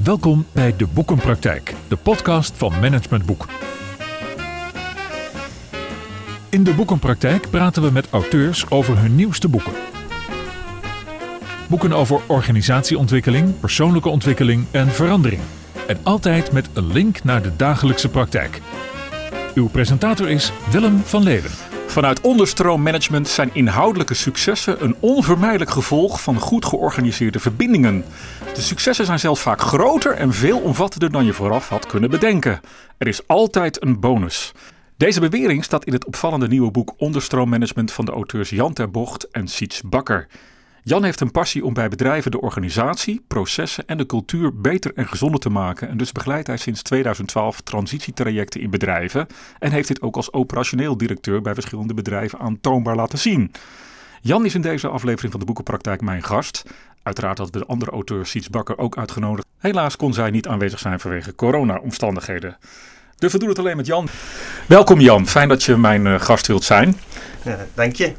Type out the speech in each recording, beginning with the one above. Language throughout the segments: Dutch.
Welkom bij De Boekenpraktijk, de podcast van Management Boek. In De Boekenpraktijk praten we met auteurs over hun nieuwste boeken. Boeken over organisatieontwikkeling, persoonlijke ontwikkeling en verandering. En altijd met een link naar de dagelijkse praktijk. Uw presentator is Willem van Leeuwen. Vanuit onderstroommanagement zijn inhoudelijke successen een onvermijdelijk gevolg van goed georganiseerde verbindingen. De successen zijn zelfs vaak groter en veelomvattender dan je vooraf had kunnen bedenken. Er is altijd een bonus. Deze bewering staat in het opvallende nieuwe boek Onderstroommanagement van de auteurs Jan ter Bocht en Siets Bakker. Jan heeft een passie om bij bedrijven de organisatie, processen en de cultuur beter en gezonder te maken. En dus begeleidt hij sinds 2012 transitietrajecten in bedrijven. En heeft dit ook als operationeel directeur bij verschillende bedrijven aantoonbaar laten zien. Jan is in deze aflevering van de Boekenpraktijk mijn gast. Uiteraard hadden we de andere auteur Siets Bakker ook uitgenodigd. Helaas kon zij niet aanwezig zijn vanwege corona-omstandigheden. Dus we doen het alleen met Jan. Welkom Jan, fijn dat je mijn gast wilt zijn. Ja, dank je.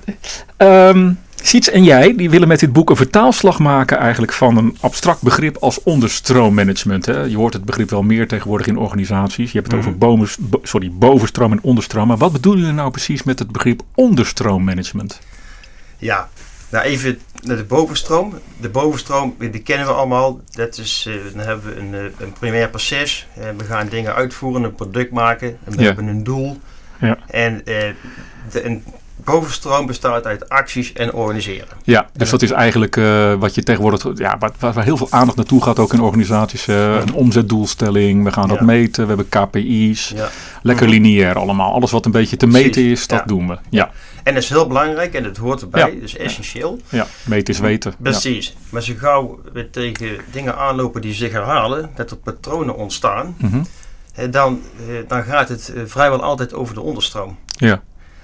Siets en jij die willen met dit boek een vertaalslag maken eigenlijk van een abstract begrip als onderstroommanagement. Hè? Je hoort het begrip wel meer tegenwoordig in organisaties. Je hebt het over bovenstroom en onderstroom. Maar wat bedoelen jullie nou precies met het begrip onderstroommanagement? Ja, nou even naar de bovenstroom. De bovenstroom, die kennen we allemaal. Dat is, dan hebben we een primair proces. We gaan dingen uitvoeren, een product maken. En we hebben een doel. Ja. En een bovenstroom bestaat uit acties en organiseren. Ja, dus dat is eigenlijk wat je tegenwoordig, waar heel veel aandacht naartoe gaat ook in organisaties. Een omzetdoelstelling, we gaan dat meten, we hebben KPI's. Ja. Lekker lineair allemaal. Alles wat een beetje te meten is, dat doen we. Ja. En dat is heel belangrijk en dat hoort erbij, dus essentieel. Ja, meten is weten. Precies. Ja. Maar zo gauw we tegen dingen aanlopen die zich herhalen, dat er patronen ontstaan, dan gaat het vrijwel altijd over de onderstroom. Ja.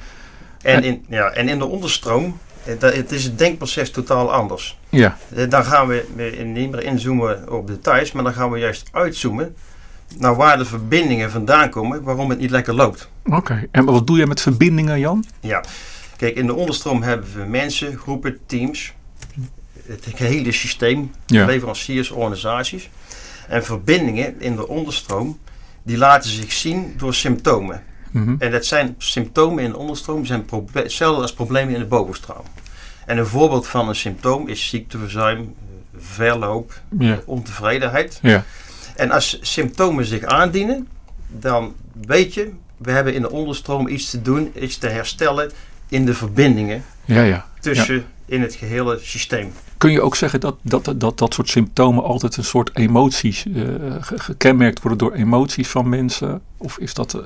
En in de onderstroom, het is het denkproces totaal anders. Ja. Dan gaan we niet meer inzoomen op details, maar dan gaan we juist uitzoomen naar waar de verbindingen vandaan komen, waarom het niet lekker loopt. Oké. En wat doe je met verbindingen, Jan? Ja, kijk, in de onderstroom hebben we mensen, groepen, teams, het hele systeem, leveranciers, organisaties. En verbindingen in de onderstroom, die laten zich zien door symptomen. En dat zijn symptomen in de onderstroom, zijn hetzelfde als problemen in de bovenstroom. En een voorbeeld van een symptoom is ziekteverzuim, verloop, ontevredenheid. Ja. En als symptomen zich aandienen, dan weet je, we hebben in de onderstroom iets te doen, iets te herstellen in de verbindingen tussen in het gehele systeem. Kun je ook zeggen dat soort symptomen altijd een soort emoties gekenmerkt worden door emoties van mensen? Of is dat...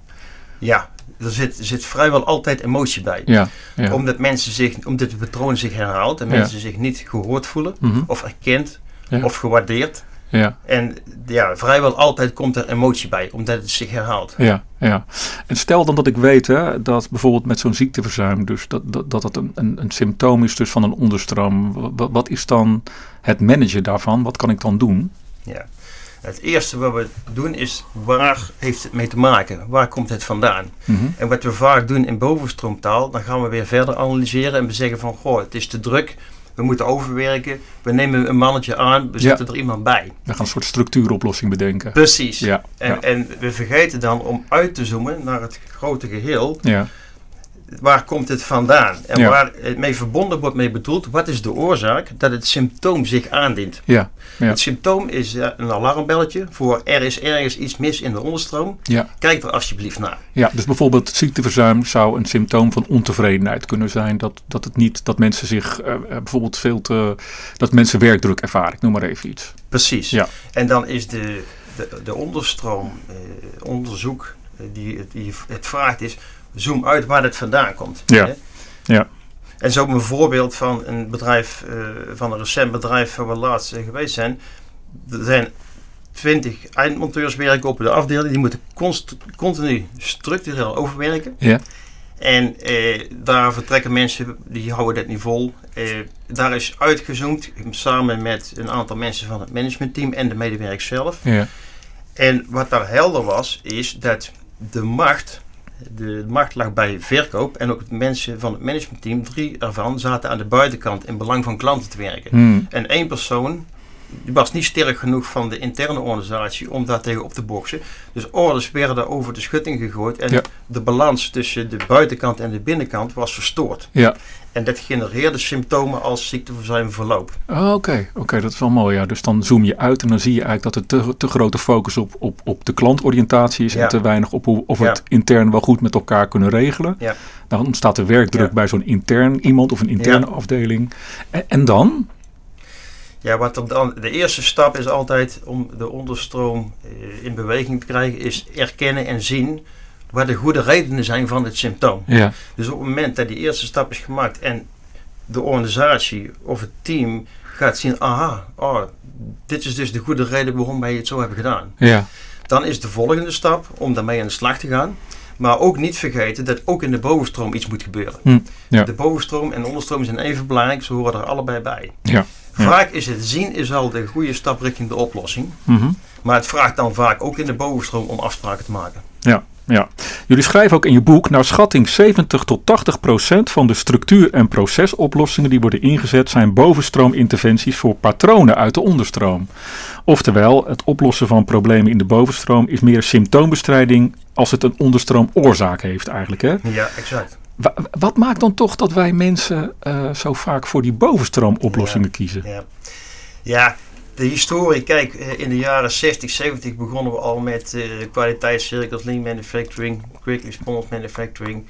Ja, er zit vrijwel altijd emotie bij. Ja. Omdat de patroon zich herhaalt en mensen zich niet gehoord voelen of erkend of gewaardeerd. Ja. En vrijwel altijd komt er emotie bij, omdat het zich herhaalt. Ja. En stel dan dat ik weet dat bijvoorbeeld met zo'n ziekteverzuim, dus dat een symptoom is dus van een onderstroom. Wat is dan het managen daarvan? Wat kan ik dan doen? Ja. Het eerste wat we doen is, waar heeft het mee te maken? Waar komt het vandaan? En wat we vaak doen in bovenstroomtaal, dan gaan we weer verder analyseren en we zeggen van, het is te druk, we moeten overwerken, we nemen een mannetje aan, we zetten er iemand bij. We gaan een soort structuuroplossing bedenken. Precies. Ja. En we vergeten dan om uit te zoomen naar het grote geheel. Ja. Waar komt het vandaan? En waar het mee verbonden wordt mee bedoeld, wat is de oorzaak dat het symptoom zich aandient? Ja. Het symptoom is een alarmbelletje voor er is ergens iets mis in de onderstroom. Ja. Kijk er alsjeblieft naar. Ja, dus bijvoorbeeld ziekteverzuim zou een symptoom van ontevredenheid kunnen zijn. Dat mensen zich bijvoorbeeld dat mensen werkdruk ervaren. Ik noem maar even iets. Precies. Ja. En dan is de onderstroom onderzoek die het vraagt is, zoom uit waar het vandaan komt. Ja. Ja. En zo een voorbeeld van een bedrijf, van een recent bedrijf waar we laatst geweest zijn. Er zijn 20 eindmonteurs werken op de afdeling. Die moeten continu structureel overwerken. Ja. En daar vertrekken mensen, die houden dat niet vol. Daar is uitgezoomd, samen met een aantal mensen van het managementteam en de medewerkers zelf. Ja. En wat daar helder was, is dat de macht lag bij verkoop en ook de mensen van het managementteam, 3 ervan zaten aan de buitenkant in belang van klanten te werken. En 1 persoon die was niet sterk genoeg van de interne organisatie om daar tegen op te boksen. Dus orders werden over de schutting gegooid en de balans tussen de buitenkant en de binnenkant was verstoord. Ja. En dat genereerde symptomen als ziekteverzuimverloop. Oké, dat is wel mooi. Ja. Dus dan zoom je uit en dan zie je eigenlijk dat er te grote focus op de klantoriëntatie is en te weinig op of we het intern wel goed met elkaar kunnen regelen. Ja. Dan ontstaat er werkdruk bij zo'n intern iemand of een interne afdeling. En dan? Ja, wat dan de eerste stap is altijd om de onderstroom in beweging te krijgen, is erkennen en zien wat de goede redenen zijn van het symptoom. Ja. Dus op het moment dat die eerste stap is gemaakt en de organisatie of het team gaat zien, dit is dus de goede reden waarom wij het zo hebben gedaan. Ja. Dan is de volgende stap om daarmee aan de slag te gaan. Maar ook niet vergeten dat ook in de bovenstroom iets moet gebeuren. De bovenstroom en de onderstroom zijn even belangrijk, ze horen er allebei bij. Ja. Vaak is het zien is al de goede stap richting de oplossing. Mm-hmm. Maar het vraagt dan vaak ook in de bovenstroom om afspraken te maken. Ja. Jullie schrijven ook in je boek, naar schatting 70-80% van de structuur- en procesoplossingen die worden ingezet zijn bovenstroominterventies voor patronen uit de onderstroom. Oftewel, het oplossen van problemen in de bovenstroom is meer symptoombestrijding als het een onderstroom oorzaak heeft eigenlijk. Hè? Ja, exact. Wat maakt dan toch dat wij mensen zo vaak voor die bovenstroomoplossingen kiezen? Ja, de historie, kijk, in de jaren 60, 70 begonnen we al met kwaliteitscirkels, lean manufacturing, quick response manufacturing.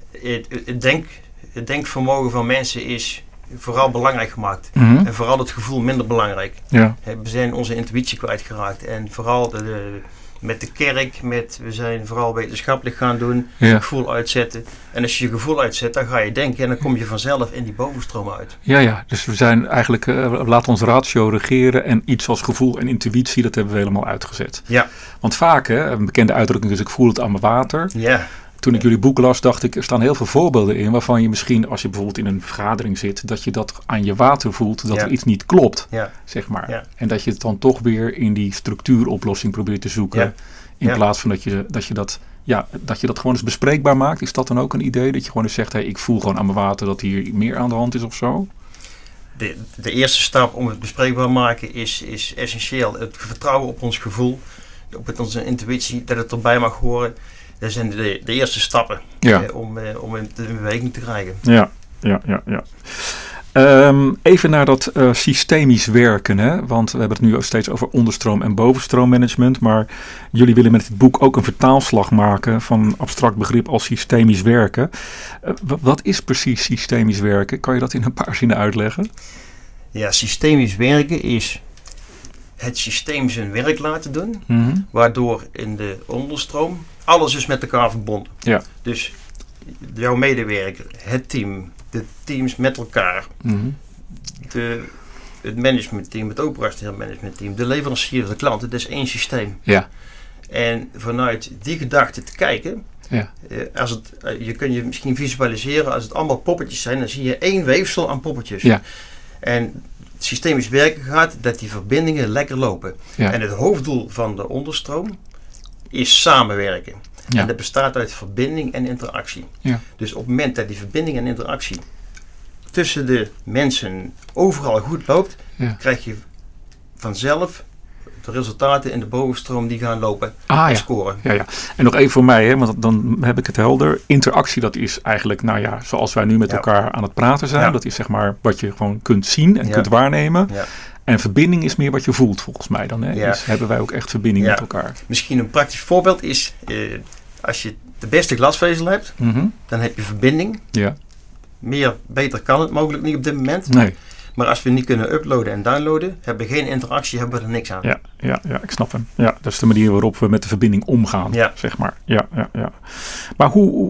Het denkvermogen van mensen is vooral belangrijk gemaakt. Mm-hmm. En vooral het gevoel minder belangrijk. Ja. We zijn onze intuïtie kwijtgeraakt. En vooral met de kerk, we zijn vooral wetenschappelijk gaan doen, je gevoel uitzetten. En als je je gevoel uitzet, dan ga je denken en dan kom je vanzelf in die bovenstroom uit. Ja, dus we zijn eigenlijk, laat ons ratio regeren en iets als gevoel en intuïtie, dat hebben we helemaal uitgezet. Ja. Want vaak, een bekende uitdrukking is, ik voel het aan mijn water. Ja. Toen ik jullie boek las, dacht ik, er staan heel veel voorbeelden in waarvan je misschien, als je bijvoorbeeld in een vergadering zit, dat je dat aan je water voelt, dat er iets niet klopt, zeg maar. Ja. En dat je het dan toch weer in die structuuroplossing probeert te zoeken, in plaats van dat je dat gewoon eens bespreekbaar maakt. Is dat dan ook een idee, dat je gewoon eens zegt, ik voel gewoon aan mijn water dat hier meer aan de hand is of zo? De eerste stap om het bespreekbaar te maken is essentieel. Het vertrouwen op ons gevoel, op onze intuïtie, dat het erbij mag horen. Dat zijn de eerste stappen om het in beweging te krijgen. Ja. Even naar dat systemisch werken. Hè? Want we hebben het nu steeds over onderstroom- en bovenstroommanagement. Maar jullie willen met het boek ook een vertaalslag maken van een abstract begrip als systemisch werken. Wat is precies systemisch werken? Kan je dat in een paar zinnen uitleggen? Ja, systemisch werken is het systeem zijn werk laten doen. Mm-hmm. Waardoor in de onderstroom alles is met elkaar verbonden. Ja. Dus jouw medewerker, het team, de teams met elkaar, mm-hmm. Het managementteam, het operationeel managementteam, de leveranciers, de klanten, dat is één systeem. Ja. En vanuit die gedachte te kijken, je kunt je misschien visualiseren, als het allemaal poppetjes zijn, dan zie je één weefsel aan poppetjes. Ja. En systemisch werken gaat dat die verbindingen lekker lopen. Ja. En het hoofddoel van de onderstroom is samenwerken. Ja. En dat bestaat uit verbinding en interactie. Ja. Dus op het moment dat die verbinding en interactie tussen de mensen overal goed loopt, krijg je vanzelf de resultaten in de bovenstroom die gaan lopen en scoren. Ja. En nog even voor mij, want dan heb ik het helder. Interactie, dat is eigenlijk, zoals wij nu met elkaar aan het praten zijn. Ja. Dat is zeg maar wat je gewoon kunt zien en kunt waarnemen. Ja. En verbinding is meer wat je voelt, volgens mij dan. Hè? Ja. Dus hebben wij ook echt verbinding met elkaar. Misschien een praktisch voorbeeld is, als je de beste glasvezel hebt, mm-hmm. dan heb je verbinding. Ja. Beter kan het mogelijk niet op dit moment. Nee. Maar als we niet kunnen uploaden en downloaden, hebben we geen interactie, hebben we er niks aan. Ja, ik snap hem. Ja, dat is de manier waarop we met de verbinding omgaan, zeg maar. Ja. Maar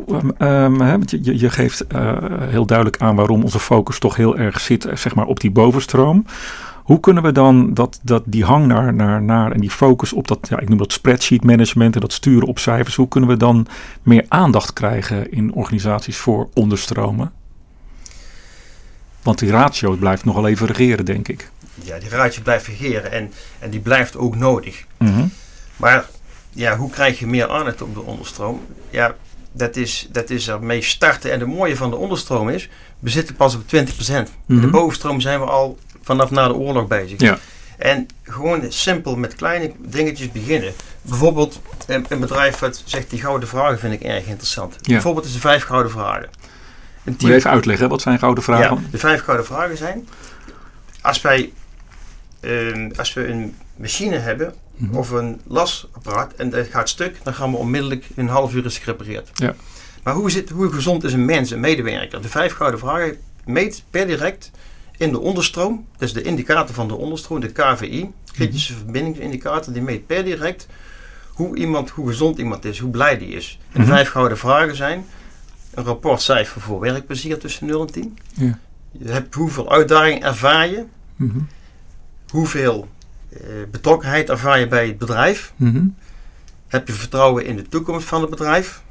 je geeft heel duidelijk aan waarom onze focus toch heel erg zit, zeg maar, op die bovenstroom. Hoe kunnen we dan die hang naar en die focus op dat, ik noem dat spreadsheet management en dat sturen op cijfers, hoe kunnen we dan meer aandacht krijgen in organisaties voor onderstromen? Want die ratio blijft nogal even regeren, denk ik. Ja, die ratio blijft regeren en die blijft ook nodig. Mm-hmm. Maar hoe krijg je meer aandacht op de onderstroom? Ja, dat is ermee starten. En het mooie van de onderstroom is, we zitten pas op 20%. Mm-hmm. In de bovenstroom zijn we al vanaf na de oorlog bezig. Ja. En gewoon simpel met kleine dingetjes beginnen. Bijvoorbeeld een bedrijf wat zegt die gouden vragen vind ik erg interessant. Ja. Bijvoorbeeld is de 5 gouden vragen. Moet je even uitleggen, wat zijn gouden vragen? Ja, de 5 gouden vragen zijn, als we een machine hebben of een lasapparaat en dat gaat stuk, dan gaan we onmiddellijk in een half uur is gerepareerd. Ja. Maar hoe gezond is een mens, een medewerker? De 5 gouden vragen meet per direct in de onderstroom, dat is de indicator van de onderstroom, de KVI, kritische verbindingsindicator, die meet per direct hoe gezond iemand is, hoe blij die is. En de 5 gouden vragen zijn een rapportcijfer voor werkplezier tussen 0 en 10. Ja. Hoeveel uitdaging ervaar je? Hoeveel betrokkenheid ervaar je bij het bedrijf? Heb je vertrouwen in de toekomst van het bedrijf?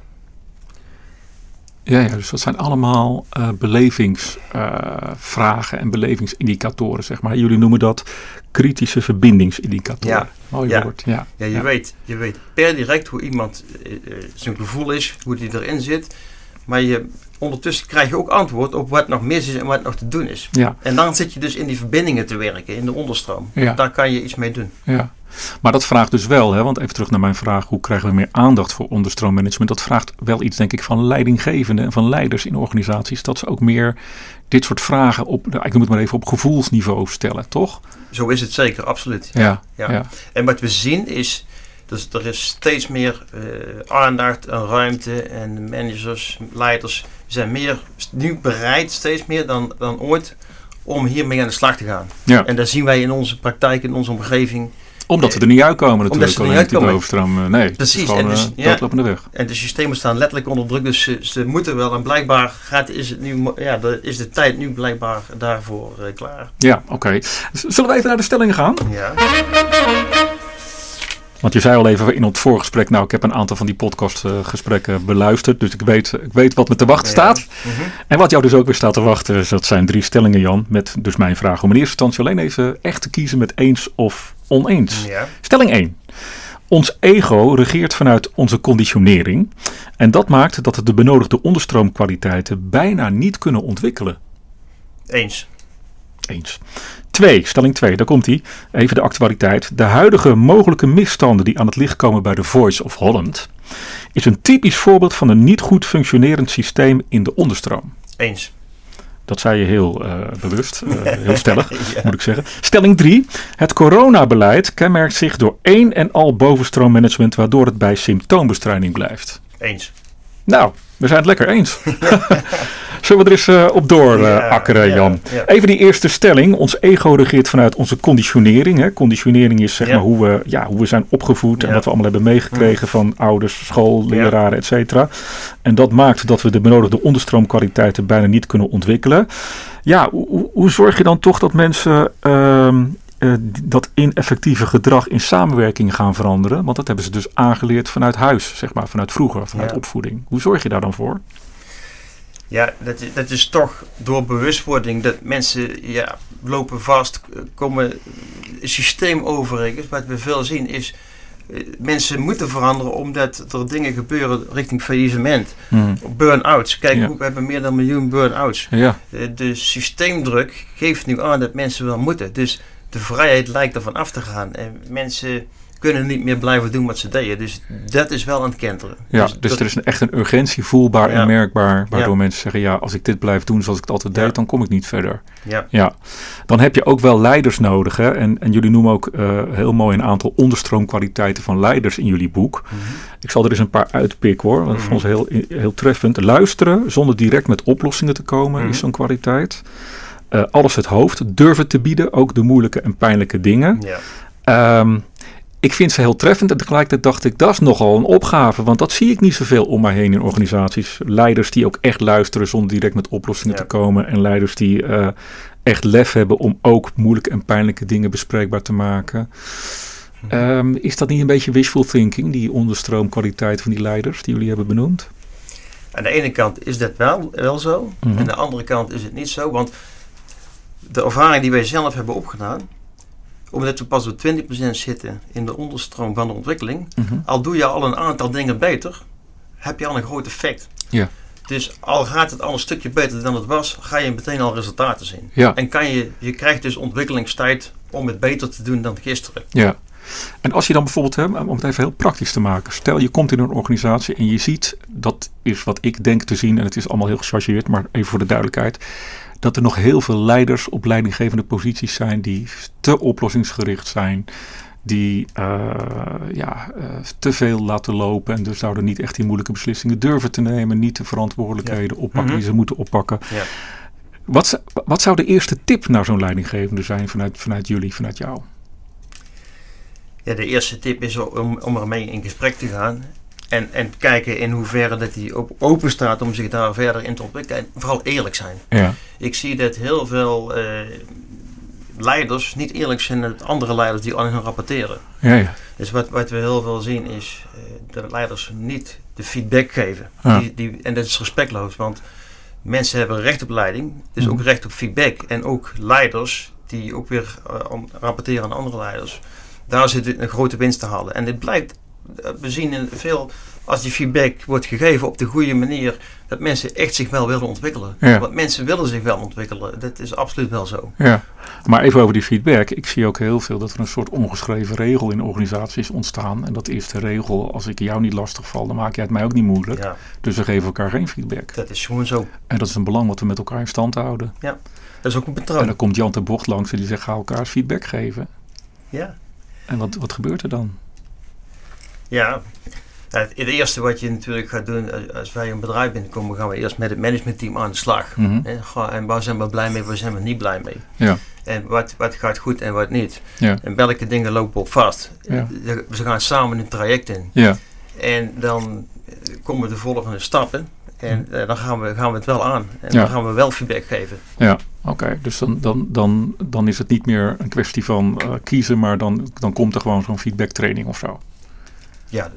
Ja, dus dat zijn allemaal belevingsvragen en belevingsindicatoren, zeg maar. Jullie noemen dat kritische verbindingsindicatoren. Ja. Mooi woord. Ja, je weet per direct hoe iemand zijn gevoel is, hoe die erin zit. Maar ondertussen krijg je ook antwoord op wat nog mis is en wat nog te doen is. Ja. En dan zit je dus in die verbindingen te werken, in de onderstroom. Ja. Daar kan je iets mee doen. Ja. Maar dat vraagt dus wel, want even terug naar mijn vraag, hoe krijgen we meer aandacht voor onderstroommanagement? Dat vraagt wel iets, denk ik, van leidinggevenden en van leiders in organisaties, dat ze ook meer dit soort vragen ik noem het maar even, op gevoelsniveau stellen, toch? Zo is het zeker, absoluut. Ja. En wat we zien is, dus er is steeds meer aandacht en ruimte en managers, leiders zijn nu bereid, steeds meer dan ooit, om hiermee aan de slag te gaan. Ja. En dat zien wij in onze praktijk, in onze omgeving. Omdat we er niet uitkomen natuurlijk. Omdat ze er niet uitkomen. Overstroom, nee, precies. Het is gewoon doodlopende weg. En de systemen staan letterlijk onder druk, dus ze moeten wel. En blijkbaar is de tijd nu blijkbaar daarvoor klaar. Ja, oké. Zullen we even naar de stellingen gaan? Ja. Want je zei al even in het voorgesprek, ik heb een aantal van die podcastgesprekken beluisterd. Dus ik weet wat me te wachten staat. En wat jou dus ook weer staat te wachten, dat zijn 3 stellingen, Jan. Met dus mijn vraag om in eerste instantie alleen even echt te kiezen met eens of oneens. Ja. Stelling 1. Ons ego regeert vanuit onze conditionering. En dat maakt dat we de benodigde onderstroomkwaliteiten bijna niet kunnen ontwikkelen. Eens. 2, stelling 2, daar komt ie. Even de actualiteit. De huidige mogelijke misstanden die aan het licht komen bij The Voice of Holland is een typisch voorbeeld van een niet goed functionerend systeem in de onderstroom. Eens. Dat zei je heel bewust, heel stellig, moet ik zeggen. Stelling 3. Het coronabeleid kenmerkt zich door één en al bovenstroommanagement, waardoor het bij symptoombestrijding blijft. Eens. Nou, we zijn het lekker eens. Zullen we er eens op doorakkeren, Jan? Ja. Even die eerste stelling. Ons ego regeert vanuit onze conditionering. Hè. Conditionering is zeg maar hoe we zijn opgevoed en wat we allemaal hebben meegekregen van ouders, school, leraren, et cetera. En dat maakt dat we de benodigde onderstroomkwaliteiten bijna niet kunnen ontwikkelen. Ja, hoe zorg je dan toch dat mensen dat ineffectieve gedrag in samenwerking gaan veranderen? Want dat hebben ze dus aangeleerd vanuit huis, zeg maar, vanuit vroeger, vanuit opvoeding. Hoe zorg je daar dan voor? Ja, dat is toch door bewustwording dat mensen lopen vast, komen systeem overigens. Wat we veel zien is, mensen moeten veranderen omdat er dingen gebeuren richting faillissement. Burn-outs. Kijk, we hebben meer dan 1 miljoen burn-outs. Ja. De systeemdruk geeft nu aan dat mensen wel moeten. Dus de vrijheid lijkt ervan af te gaan. En mensen kunnen niet meer blijven doen wat ze deden. Dus dat is wel aan het kenteren. Ja, dus er is echt een urgentie voelbaar en merkbaar, waardoor mensen zeggen, als ik dit blijf doen zoals ik het altijd deed, dan kom ik niet verder. Ja. Dan heb je ook wel leiders nodig. Hè? En jullie noemen ook heel mooi een aantal onderstroomkwaliteiten van leiders in jullie boek. Ik zal er eens een paar uitpikken hoor. Want dat vond ik heel treffend. Luisteren zonder direct met oplossingen te komen is zo'n kwaliteit. Alles het hoofd. Durven te bieden, ook de moeilijke en pijnlijke dingen. Ik vind ze heel treffend en tegelijkertijd dacht ik, dat is nogal een opgave, want dat zie ik niet zoveel om mij heen in organisaties. Leiders die ook echt luisteren zonder direct met oplossingen te komen en leiders die echt lef hebben om ook moeilijke en pijnlijke dingen bespreekbaar te maken. Is dat niet een beetje wishful thinking, die onderstroomkwaliteit van die leiders die jullie hebben benoemd? Aan de ene kant is dat wel zo, en aan de andere kant is het niet zo, want de ervaring die wij zelf hebben opgedaan, omdat we pas op 20% zitten in de onderstroom van de ontwikkeling, al doe je al een aantal dingen beter, heb je al een groot effect. Ja. Dus al gaat het al een stukje beter dan het was, ga je meteen al resultaten zien. Ja. En je krijgt dus ontwikkelingstijd om het beter te doen dan gisteren. Ja. En als je dan bijvoorbeeld, om het even heel praktisch te maken. Stel je komt in een organisatie en je ziet, dat is wat ik denk te zien. En het is allemaal heel gechargeerd, maar even voor de duidelijkheid. Dat er nog heel veel leiders op leidinggevende posities zijn die te oplossingsgericht zijn. Die te veel laten lopen en dus zouden niet echt die moeilijke beslissingen durven te nemen. Niet de verantwoordelijkheden oppakken die ze moeten oppakken. Ja. Wat zou de eerste tip naar zo'n leidinggevende zijn vanuit jullie, vanuit jou? Ja, de eerste tip is om ermee in gesprek te gaan. En kijken in hoeverre dat hij open staat om zich daar verder in te ontwikkelen. En vooral eerlijk zijn. Ja. Ik zie dat heel veel leiders niet eerlijk zijn met andere leiders die aan hen rapporteren. Ja. Dus wat we heel veel zien is dat leiders niet de feedback geven. Ja. En dat is respectloos, want mensen hebben recht op leiding, dus ook recht op feedback. En ook leiders die ook weer rapporteren aan andere leiders. Daar zit een grote winst te halen. En dit blijkt, we zien veel, als die feedback wordt gegeven op de goede manier, dat mensen echt zich wel willen ontwikkelen. Ja. Want mensen willen zich wel ontwikkelen. Dat is absoluut wel zo. Ja. Maar even over die feedback. Ik zie ook heel veel dat er een soort ongeschreven regel in organisaties ontstaan. En dat is de regel, als ik jou niet lastig val, dan maak jij het mij ook niet moeilijk. Ja. Dus we geven elkaar geen feedback. Dat is gewoon zo. En dat is een belang wat we met elkaar in stand houden. Ja, dat is ook een patroon. En dan komt Jan ter Bocht langs en die zegt, ga elkaar feedback geven. Ja. En wat gebeurt er dan? Ja, het eerste wat je natuurlijk gaat doen als wij een bedrijf binnenkomen, gaan we eerst met het managementteam aan de slag. Mm-hmm. En waar zijn we blij mee, waar zijn we niet blij mee? Ja. En wat gaat goed en wat niet? Ja. En welke dingen lopen op vast? Ja. Ze gaan samen een traject in. Ja. En dan komen de volgende stappen. En dan gaan we het wel aan. En dan gaan we wel feedback geven. Ja, oké. Dus dan is het niet meer een kwestie van kiezen, maar dan komt er gewoon zo'n feedbacktraining of zo. Ja,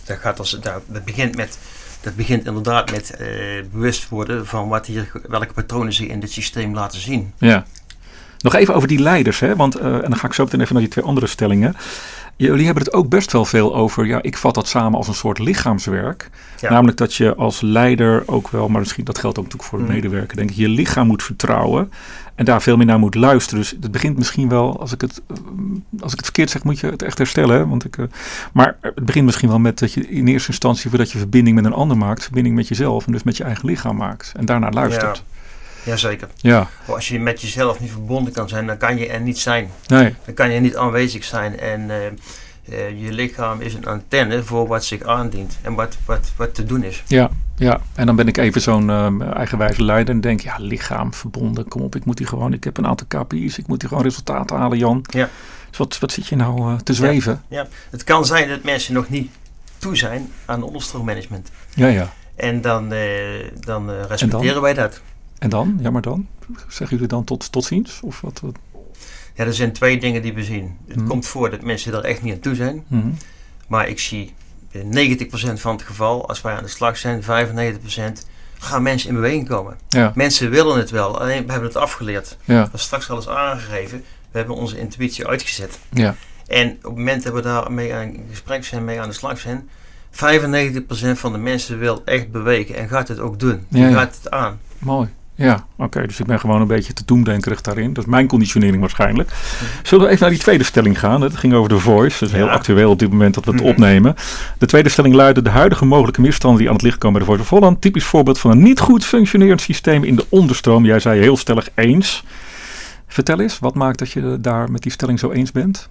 dat begint inderdaad met bewust worden van welke patronen zich in dit systeem laten zien. Ja. Nog even over die leiders, hè? Want en dan ga ik zo meteen even naar die 2 andere stellingen. Jullie hebben het ook best wel veel over, ik vat dat samen als een soort lichaamswerk. Ja. Namelijk dat je als leider ook wel, maar misschien dat geldt ook natuurlijk voor de medewerker, denk ik, je lichaam moet vertrouwen en daar veel meer naar moet luisteren. Dus het begint misschien wel, als ik het verkeerd zeg, moet je het echt herstellen. Hè? Maar het begint misschien wel met dat je in eerste instantie, voordat je verbinding met een ander maakt, verbinding met jezelf en dus met je eigen lichaam maakt. En daarna luistert. Ja. Jazeker. Ja. Als je met jezelf niet verbonden kan zijn, dan kan je er niet zijn. Nee. Dan kan je niet aanwezig zijn. En je lichaam is een antenne voor wat zich aandient en wat te doen is. Ja. En dan ben ik even zo'n eigenwijze leider en denk, lichaam verbonden, kom op, ik heb een aantal KPI's, ik moet hier gewoon resultaten halen, Jan. Ja. Dus wat zit je nou te zweven? Ja. Het kan zijn dat mensen nog niet toe zijn aan onderstroommanagement. Ja. En dan respecteren wij dat. En dan? Ja, maar dan? Zeggen jullie dan tot ziens? Of wat? Ja, er zijn 2 dingen die we zien. Het komt voor dat mensen er echt niet aan toe zijn. Mm-hmm. Maar ik zie 90% van het geval, als wij aan de slag zijn, 95%, gaan mensen in beweging komen. Ja. Mensen willen het wel, alleen we hebben het afgeleerd. Ja. Dat is straks al eens aangegeven. We hebben onze intuïtie uitgezet. Ja. En op het moment dat we daarmee in gesprek zijn, mee aan de slag zijn, 95% van de mensen wil echt bewegen en gaat het ook doen. Die gaat het aan. Mooi. Ja, oké. Dus ik ben gewoon een beetje te doemdenkerig daarin. Dat is mijn conditionering waarschijnlijk. Zullen we even naar die tweede stelling gaan? Het ging over de voice. Dat is heel actueel op dit moment dat we het opnemen. De tweede stelling luidde: de huidige mogelijke misstanden die aan het licht komen bij de Voice of Holland. Typisch voorbeeld van een niet goed functionerend systeem in de onderstroom. Jij zei heel stellig eens. Vertel eens, wat maakt dat je daar met die stelling zo eens bent?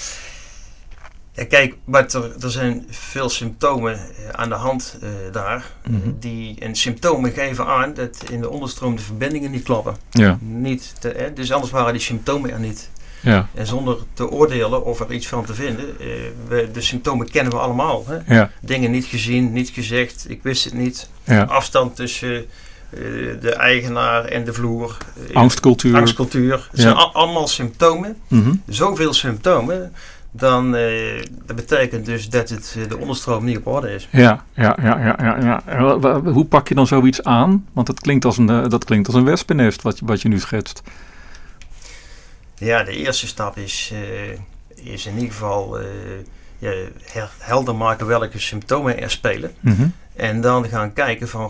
Ja, kijk, er zijn veel symptomen aan de hand daar. En symptomen geven aan dat in de onderstroom de verbindingen niet kloppen. Ja. Dus anders waren die symptomen er niet. Ja. En zonder te oordelen of er iets van te vinden. De symptomen kennen we allemaal. Hè? Ja. Dingen niet gezien, niet gezegd, ik wist het niet. Ja. Afstand tussen de eigenaar en de vloer. Angstcultuur. Het zijn allemaal symptomen. Zoveel symptomen. Dan dat betekent dus dat de onderstroom niet op orde is. Ja. Hoe pak je dan zoiets aan? Want dat klinkt als een wespennest wat je nu schetst. Ja, de eerste stap is in ieder geval helder maken welke symptomen er spelen. En dan gaan kijken van,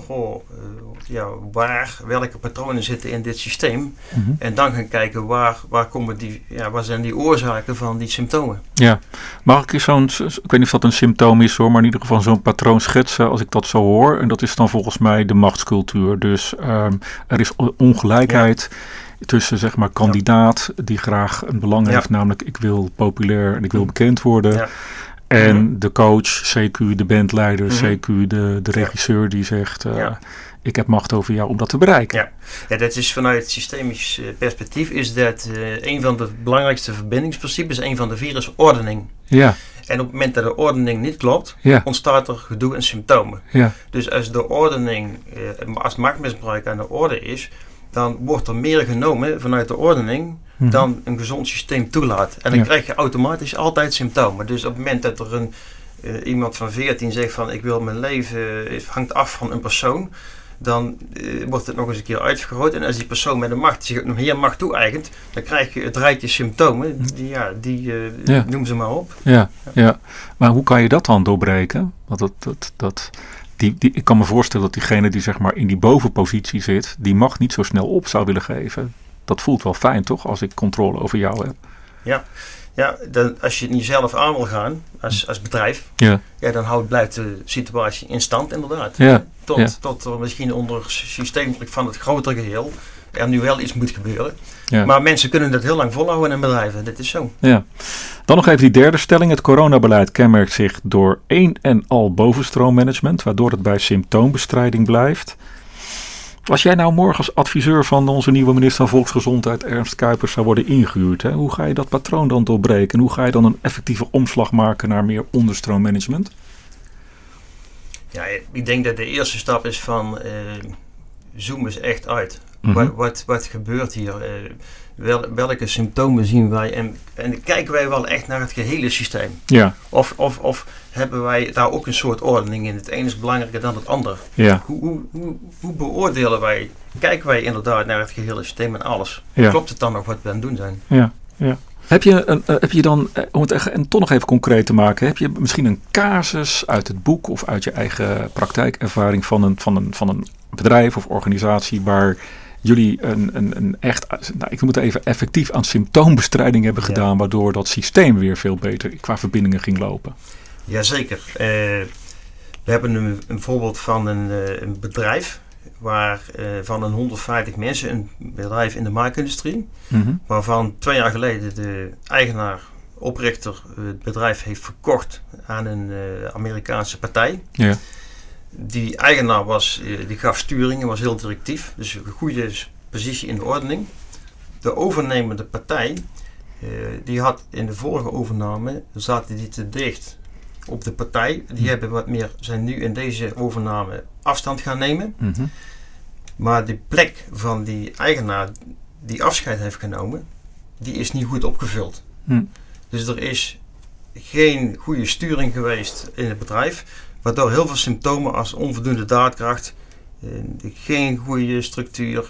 welke patronen zitten in dit systeem. Mm-hmm. En dan gaan kijken waar zijn die oorzaken van die symptomen. Ja, mag ik eens ik weet niet of dat een symptoom is hoor, maar in ieder geval zo'n patroon schetsen als ik dat zo hoor. En dat is dan volgens mij de machtscultuur. Dus er is ongelijkheid tussen zeg maar kandidaat die graag een belang heeft, namelijk ik wil populair en ik wil bekend worden. Ja. En de coach, CQ, de bandleider, CQ, de regisseur die zegt, ik heb macht over jou om dat te bereiken. Ja, dat is vanuit systemisch perspectief is dat een van de belangrijkste verbindingsprincipes, een van de vier is ordening. Ja. En op het moment dat de ordening niet klopt, ontstaat er gedoe en symptomen. Ja. Dus als de ordening, als machtmisbruik aan de orde is, dan wordt er meer genomen vanuit de ordening dan een gezond systeem toelaat. En dan krijg je automatisch altijd symptomen. Dus op het moment dat er iemand van 14 zegt van ik wil mijn leven, hangt af van een persoon, dan wordt het nog eens een keer uitvergroot. En als die persoon met de macht zich nog meer macht toe-eigent, dan krijg je het rijtje symptomen. Noem ze maar op. Ja. Maar hoe kan je dat dan doorbreken? Want ik kan me voorstellen dat diegene die zeg maar in die bovenpositie zit, die macht niet zo snel op zou willen geven. Dat voelt wel fijn toch, als ik controle over jou heb? Ja, als je het niet zelf aan wil gaan, als bedrijf, dan blijft de situatie in stand inderdaad. Tot er misschien onder systeemdruk van het grotere geheel er nu wel iets moet gebeuren. Ja. Maar mensen kunnen dat heel lang volhouden in bedrijven. Dat is zo. Ja. Dan nog even die derde stelling. Het coronabeleid kenmerkt zich door een en al bovenstroommanagement, waardoor het bij symptoombestrijding blijft. Als jij nou morgen als adviseur van onze nieuwe minister van Volksgezondheid, Ernst Kuipers, zou worden ingehuurd, hoe ga je dat patroon dan doorbreken? En hoe ga je dan een effectieve omslag maken naar meer onderstroommanagement? Ja, ik denk dat de eerste stap is van zoom eens echt uit. Mm-hmm. Wat gebeurt hier? Welke symptomen zien wij? En kijken wij wel echt naar het gehele systeem? Ja. Of hebben wij daar ook een soort ordening in? Het ene is belangrijker dan het ander. Ja. Hoe beoordelen wij? Kijken wij inderdaad naar het gehele systeem en alles? Ja. Klopt het dan nog wat we aan het doen zijn? Ja. Heb je dan, om het toch nog even concreet te maken, heb je misschien een casus uit het boek of uit je eigen praktijkervaring van een bedrijf of organisatie waar jullie een echt, ik noem het even, effectief aan symptoombestrijding hebben gedaan, waardoor dat systeem weer veel beter qua verbindingen ging lopen? Jazeker. We hebben een voorbeeld van een bedrijf van een 150 mensen, een bedrijf in de maakindustrie, waarvan 2 jaar geleden de eigenaar, oprichter, het bedrijf heeft verkocht aan een Amerikaanse partij. Ja. Die eigenaar die gaf sturing en was heel directief, dus een goede positie in de ordening. De overnemende partij, die had in de vorige overname, zaten die te dicht op de partij. Die zijn nu in deze overname afstand gaan nemen. Mm-hmm. Maar de plek van die eigenaar die afscheid heeft genomen, die is niet goed opgevuld. Dus er is geen goede sturing geweest in het bedrijf, waardoor heel veel symptomen als onvoldoende daadkracht, geen goede structuur,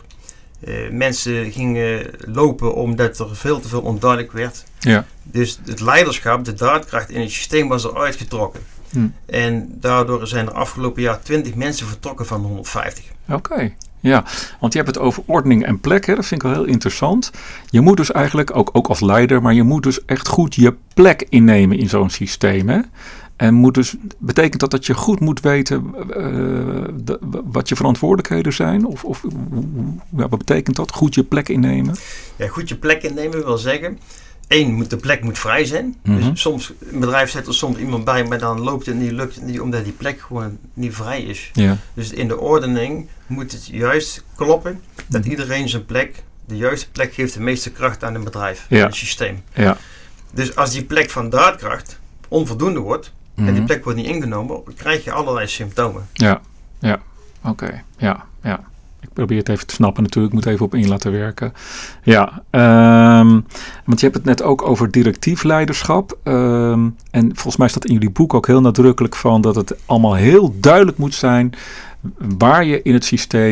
mensen gingen lopen omdat er veel te veel onduidelijk werd. Ja. Dus het leiderschap, de daadkracht in het systeem was eruit getrokken. En daardoor zijn er afgelopen jaar 20 mensen vertrokken van de 150. Oké. Ja, want je hebt het over ordening en plek, hè? Dat vind ik wel heel interessant. Je moet dus eigenlijk, ook als leider, maar je moet dus echt goed je plek innemen in zo'n systeem, hè? En betekent dat je goed moet weten wat je verantwoordelijkheden zijn? Of wat betekent dat? Goed je plek innemen? Ja, goed je plek innemen wil zeggen, 1, de plek moet vrij zijn. Mm-hmm. Dus soms, een bedrijf zet er soms iemand bij, maar dan lukt het niet, omdat die plek gewoon niet vrij is. Ja. Dus in de ordening moet het juist kloppen, dat iedereen zijn plek, de juiste plek geeft de meeste kracht aan een bedrijf, aan het systeem. Ja. Dus als die plek van daadkracht onvoldoende wordt, en die plek wordt niet ingenomen, krijg je allerlei symptomen. Ja, oké. Ja. Ik probeer het even te snappen natuurlijk, ik moet even op in laten werken. Ja, want je hebt het net ook over directief leiderschap. En volgens mij staat in jullie boek ook heel nadrukkelijk van dat het allemaal heel duidelijk moet zijn waar je in het systeem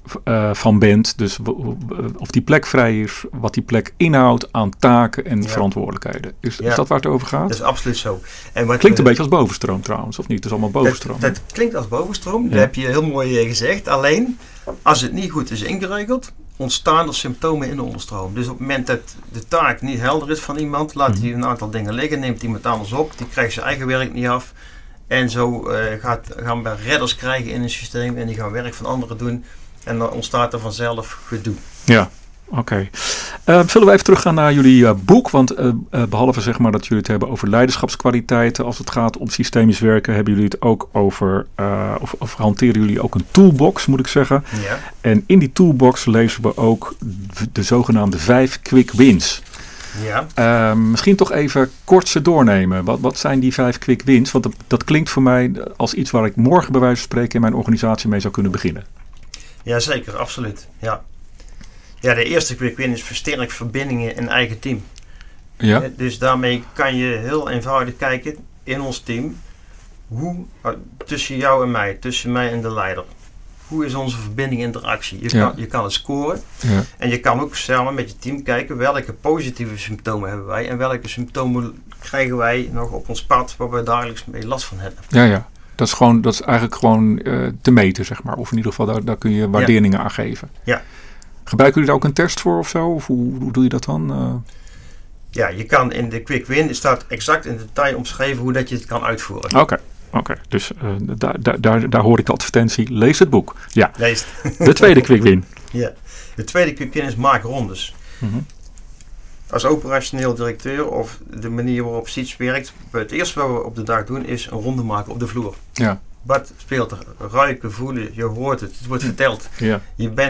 van bent. Dus of die plek vrij is, wat die plek inhoudt aan taken en verantwoordelijkheden. Is dat waar het over gaat? Dat is absoluut zo. En klinkt een beetje als bovenstroom trouwens, of niet? Het is allemaal bovenstroom. Dat klinkt als bovenstroom, dat heb je heel mooi gezegd. Alleen, als het niet goed is ingeregeld, ontstaan er symptomen in de onderstroom. Dus op het moment dat de taak niet helder is van iemand, laat hij een aantal dingen liggen, neemt iemand anders op, die krijgt zijn eigen werk niet af. En zo gaan we redders krijgen in een systeem en die gaan werk van anderen doen. En dan ontstaat er vanzelf gedoe. Ja, oké. Zullen we even teruggaan naar jullie boek? Want behalve zeg maar dat jullie het hebben over leiderschapskwaliteiten, als het gaat om systemisch werken, hebben jullie het ook over, of hanteren jullie ook een toolbox, moet ik zeggen. Ja. En in die toolbox lezen we ook de zogenaamde 5 quick wins. Ja. Misschien toch even kort ze doornemen. Wat zijn die 5 quick wins? Want dat klinkt voor mij als iets waar ik morgen bij wijze van spreken in mijn organisatie mee zou kunnen beginnen. Jazeker, absoluut. Ja. Ja, de eerste quick win is versterk verbindingen in eigen team. Ja. Dus daarmee kan je heel eenvoudig kijken in ons team. Hoe tussen jou en mij, tussen mij en de leider. Hoe is onze verbinding interactie? Je kan het scoren. Ja. En je kan ook samen met je team kijken welke positieve symptomen hebben wij. En welke symptomen krijgen wij nog op ons pad waar we dagelijks mee last van hebben. Ja. Dat is eigenlijk gewoon te meten, zeg maar. Of in ieder geval, daar kun je waarderingen aan geven. Ja. Gebruiken jullie daar ook een test voor of zo? Of hoe doe je dat dan? Ja, je kan in de quick win, staat exact in detail omschreven hoe dat je het kan uitvoeren. Oké. Dus daar hoor ik de advertentie. Lees het boek. Ja. Lees het. De tweede quick win. Ja. De tweede quick win is maak rondes. Mm-hmm. Als operationeel directeur of de manier waarop SIEDS werkt, het eerste wat we op de dag doen is een ronde maken op de vloer. Ja. Wat speelt er? Ruiken, voelen, je hoort het wordt verteld. Ja.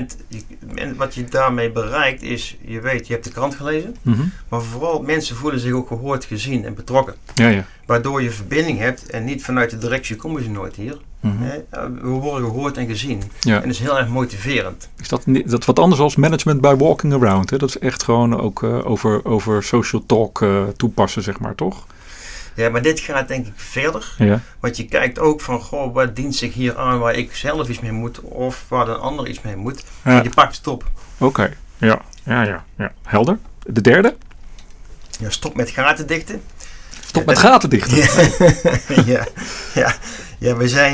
Wat je daarmee bereikt is, je hebt de krant gelezen, maar vooral mensen voelen zich ook gehoord, gezien en betrokken. Ja. Waardoor je verbinding hebt en niet vanuit de directie komen ze nooit hier. We worden gehoord en gezien. Ja. En dat is heel erg motiverend. Is dat wat anders als management by walking around? Hè? Dat is echt gewoon ook over social talk toepassen, zeg maar, toch? Ja, maar dit gaat denk ik verder. Ja. Want je kijkt ook van, wat dient zich hier aan waar ik zelf iets mee moet of waar een ander iets mee moet. Ja. En je pakt het op. Oké. Ja. Helder. De derde? Ja, stop met gaten dichten. Stop met gaten dichten? Ja,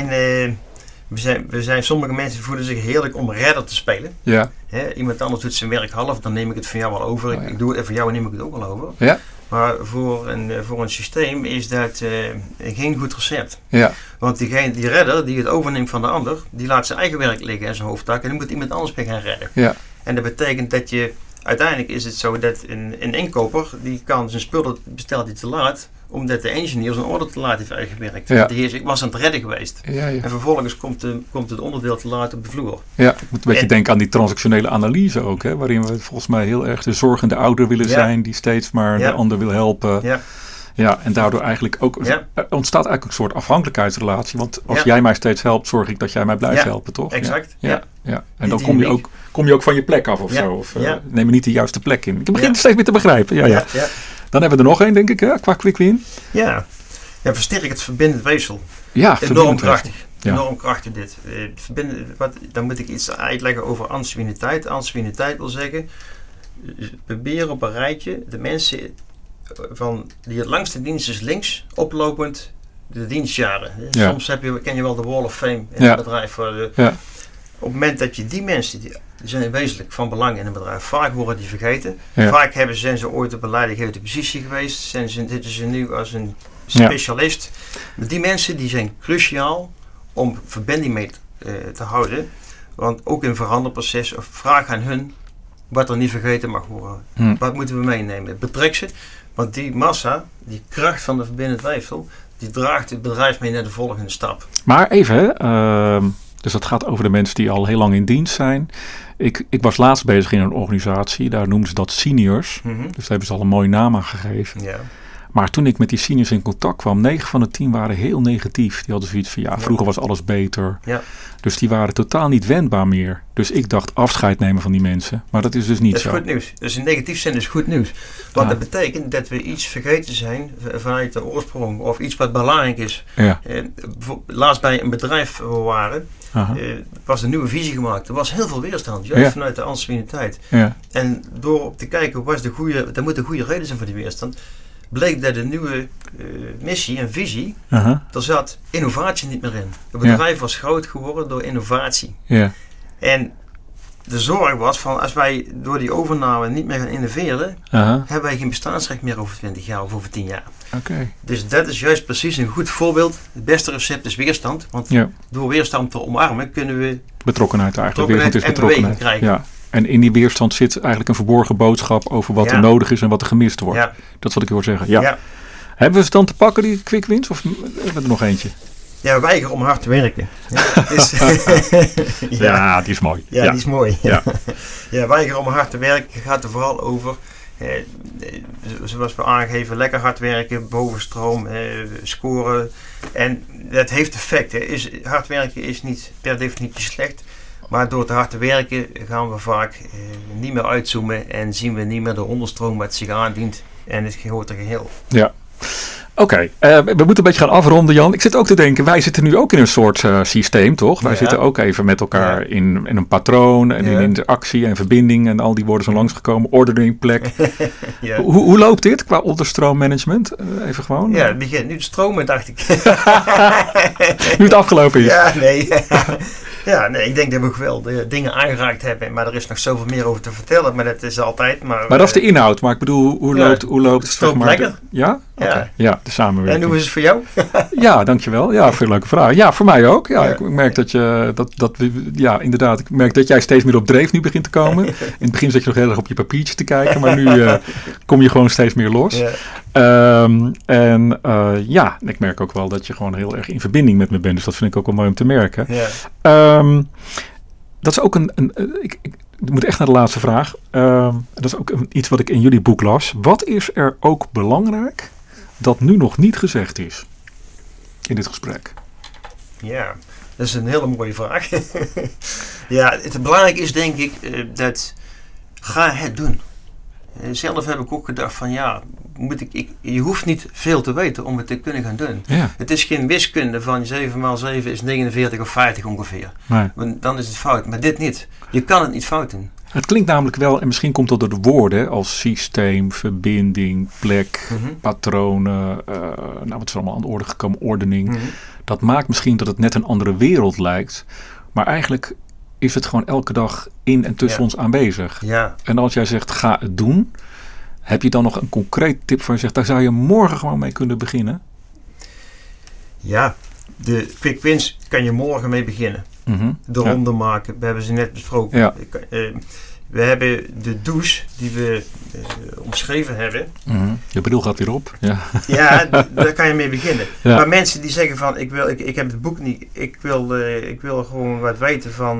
we zijn, sommige mensen voelen zich heerlijk om redder te spelen. Ja. Iemand anders doet zijn werk half, dan neem ik het van jou wel over. Ik doe het en voor jou neem ik het ook wel over. Ja. Maar voor een systeem is dat geen goed recept. Ja. Want die redder die het overneemt van de ander, die laat zijn eigen werk liggen en zijn hoofdtaak en dan moet iemand anders mee gaan redden. Ja. En dat betekent dat uiteindelijk is het zo dat een inkoper, die kan zijn spullen bestelt die te laat, omdat de engineer zijn order te laat heeft uitgewerkt. Ja. Ik was aan het redden geweest. Ja. En vervolgens komt het onderdeel te laat op de vloer. Ja, ik moet een beetje denken aan die transactionele analyse ook. Hè, waarin we volgens mij heel erg de zorgende ouder willen zijn. Die steeds maar de ander wil helpen. Ja. Ja, en daardoor eigenlijk ook ontstaat eigenlijk een soort afhankelijkheidsrelatie. Want als jij mij steeds helpt, zorg ik dat jij mij blijft helpen, toch? Exact. Ja. En dan kom je ook van je plek af of zo. Of neem je niet de juiste plek in. Ik begin het steeds meer te begrijpen. Ja. Dan hebben we er nog één, denk ik, qua quick win. Ja, versterk het verbindend weefsel. Ja, enorm krachtig. Enorm krachtig dit. Dan moet ik iets uitleggen over anciëniteit. Anciëniteit wil zeggen, proberen op een rijtje de mensen die het langste dienst is links, oplopend de dienstjaren. Ja. Soms ken je wel de Wall of Fame in een bedrijf. Op het moment dat je die mensen, die zijn wezenlijk van belang in een bedrijf, vaak worden die vergeten. Ja. Vaak zijn ze ooit op een leidinggevende positie geweest, zitten ze nu als een specialist. Maar die mensen die zijn cruciaal om verbinding mee te houden. Want ook in een veranderproces, vraag aan hun wat er niet vergeten mag worden. Wat moeten we meenemen? Betrek ze, want die massa, die kracht van de verbindend weefsel, die draagt het bedrijf mee naar de volgende stap. Maar even, dus dat gaat over de mensen die al heel lang in dienst zijn. Ik was laatst bezig in een organisatie, daar noemen ze dat seniors. Dus daar hebben ze al een mooie naam aan gegeven. Ja. Maar toen ik met die seniors in contact kwam, 9 van de 10 waren heel negatief. Die hadden zoiets van, vroeger was alles beter. Ja. Dus die waren totaal niet wendbaar meer. Dus ik dacht afscheid nemen van die mensen. Maar dat is dus niet zo. Dat is goed nieuws. Dus in negatief zin is goed nieuws. Want dat betekent dat we iets vergeten zijn vanuit de oorsprong. Of iets wat belangrijk is. Ja. Laatst bij een bedrijf waren, was een nieuwe visie gemaakt. Er was heel veel weerstand, juist vanuit de anciëniteit. Ja. En door op te kijken, er moet een goede reden zijn voor die weerstand, bleek dat de nieuwe missie en visie, daar zat innovatie niet meer in. Het bedrijf was groot geworden door innovatie. Ja. En de zorg was van, als wij door die overname niet meer gaan innoveren, hebben wij geen bestaansrecht meer over 20 jaar of over 10 jaar. Okay. Dus dat is juist precies een goed voorbeeld. Het beste recept is weerstand. Want door weerstand te omarmen kunnen we betrokkenheid eigenlijk. Weerstand is betrokkenheid krijgen. Ja. En in die weerstand zit eigenlijk een verborgen boodschap over wat er nodig is en wat er gemist wordt. Ja. Dat is wat ik hoor zeggen. Ja. Hebben we ze dan te pakken, die quick wins? Of hebben we er nog eentje? Ja, weiger om hard te werken. Ja, die is mooi. Ja, die is mooi. Ja, weiger om hard te werken gaat er vooral over, zoals we aangeven, lekker hard werken, bovenstroom, scoren. En dat heeft effect. Hard werken is niet per definitie slecht. Maar door te hard te werken gaan we vaak niet meer uitzoomen en zien we niet meer de onderstroom wat zich aandient en het grote geheel. Ja. Oké, we moeten een beetje gaan afronden, Jan. Ik zit ook te denken, wij zitten nu ook in een soort systeem, toch? Wij zitten ook even met elkaar in een patroon en in interactie en verbinding en al die woorden zijn langsgekomen. Ordering, plek. Hoe loopt dit qua onderstroommanagement? Even gewoon. Ja, het begint nu te stromen, dacht ik. Nu het afgelopen is. Ja, nee. Ja, nee, ik denk dat we wel de dingen aangeraakt hebben, maar er is nog zoveel meer over te vertellen, maar dat is altijd. Maar dat is de inhoud, maar ik bedoel, hoe loopt het? Stroomt lekker. Ja? Okay. Ja, de samenwerking. En hoe is het voor jou? Ja, dankjewel. Ja, veel leuke vraag. Ja, voor mij ook. Ja, ik merk ik merk dat jij steeds meer op dreef nu begint te komen. In het begin zat je nog heel erg op je papiertje te kijken, maar nu kom je gewoon steeds meer los. Ja. Ik merk ook wel dat je gewoon heel erg in verbinding met me bent, dus dat vind ik ook wel mooi om te merken. Ja. Dat is ook ik moet echt naar de laatste vraag. Dat is ook iets wat ik in jullie boek las. Wat is er ook belangrijk dat nu nog niet gezegd is in dit gesprek? Ja, dat is een hele mooie vraag. Ja, het belangrijke is denk ik dat ga het doen. Zelf heb ik ook gedacht van je hoeft niet veel te weten om het te kunnen gaan doen. Ja. Het is geen wiskunde van 7 x 7 is 49 of 50 ongeveer. Nee. Want dan is het fout, maar dit niet. Je kan het niet fout doen. Het klinkt namelijk wel, en misschien komt dat door de woorden als systeem, verbinding, plek, patronen, wat is er allemaal aan de orde gekomen, ordening. Dat maakt misschien dat het net een andere wereld lijkt, maar eigenlijk is het gewoon elke dag in en tussen ons aanwezig. Ja. En als jij zegt, ga het doen, heb je dan nog een concreet tip van je zegt, daar zou je morgen gewoon mee kunnen beginnen? Ja, de quick wins kan je morgen mee beginnen. De ronde maken, we hebben ze net besproken. Ja. We hebben de douche die we omschreven hebben. Je bedoel gaat weer op. Ja, daar kan je mee beginnen. Ja. Maar mensen die zeggen van, ik heb het boek niet, ik wil gewoon wat weten van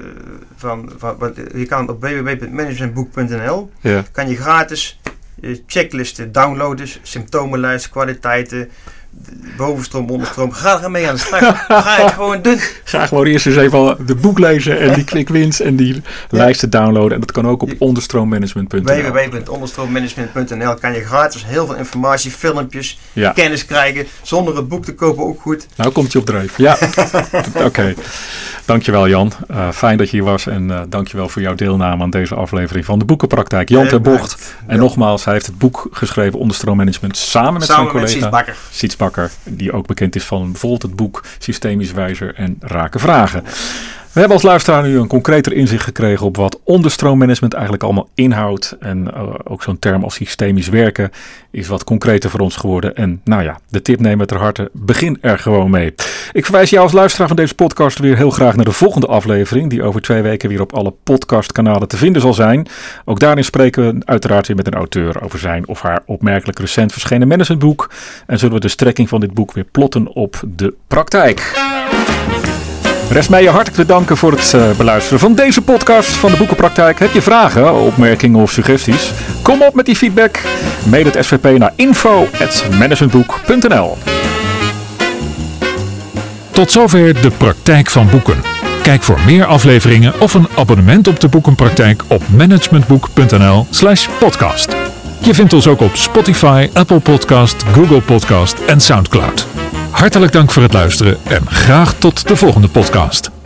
je kan op www.managementboek.nl kan je gratis checklisten downloaden, symptomenlijst, kwaliteiten, bovenstroom, onderstroom. Ga er mee aan de slag. Ga het gewoon doen. Ga gewoon eerst eens even de boek lezen en die quick wins en die lijsten downloaden. En dat kan ook op onderstroommanagement.nl. www.onderstroommanagement.nl kan je gratis heel veel informatie, filmpjes, kennis krijgen. Zonder het boek te kopen ook goed. Nou komt je op dreef. Ja, oké. Dankjewel Jan. Fijn dat je hier was en dankjewel voor jouw deelname aan deze aflevering van de Boekenpraktijk. Jan ter Bocht. En nogmaals, hij heeft het boek geschreven Onderstroommanagement samen met zijn collega Siets Bakker, die ook bekend is van bijvoorbeeld het boek Systemisch Wijzer en Rake Vragen. We hebben als luisteraar nu een concreter inzicht gekregen op wat onderstroommanagement eigenlijk allemaal inhoudt. En ook zo'n term als systemisch werken is wat concreter voor ons geworden. En de tip nemen we ter harte. Begin er gewoon mee. Ik verwijs jou als luisteraar van deze podcast weer heel graag naar de volgende aflevering, die over 2 weken weer op alle podcastkanalen te vinden zal zijn. Ook daarin spreken we uiteraard weer met een auteur over zijn of haar opmerkelijk recent verschenen managementboek. En zullen we de strekking van dit boek weer plotten op de praktijk. Rest mij je hartelijk te danken voor het beluisteren van deze podcast van de Boekenpraktijk. Heb je vragen, opmerkingen of suggesties? Kom op met die feedback. Mail het SVP naar info@managementboek.nl. Tot zover de praktijk van boeken. Kijk voor meer afleveringen of een abonnement op de Boekenpraktijk op managementboek.nl/podcast. Je vindt ons ook op Spotify, Apple Podcast, Google Podcast en Soundcloud. Hartelijk dank voor het luisteren en graag tot de volgende podcast.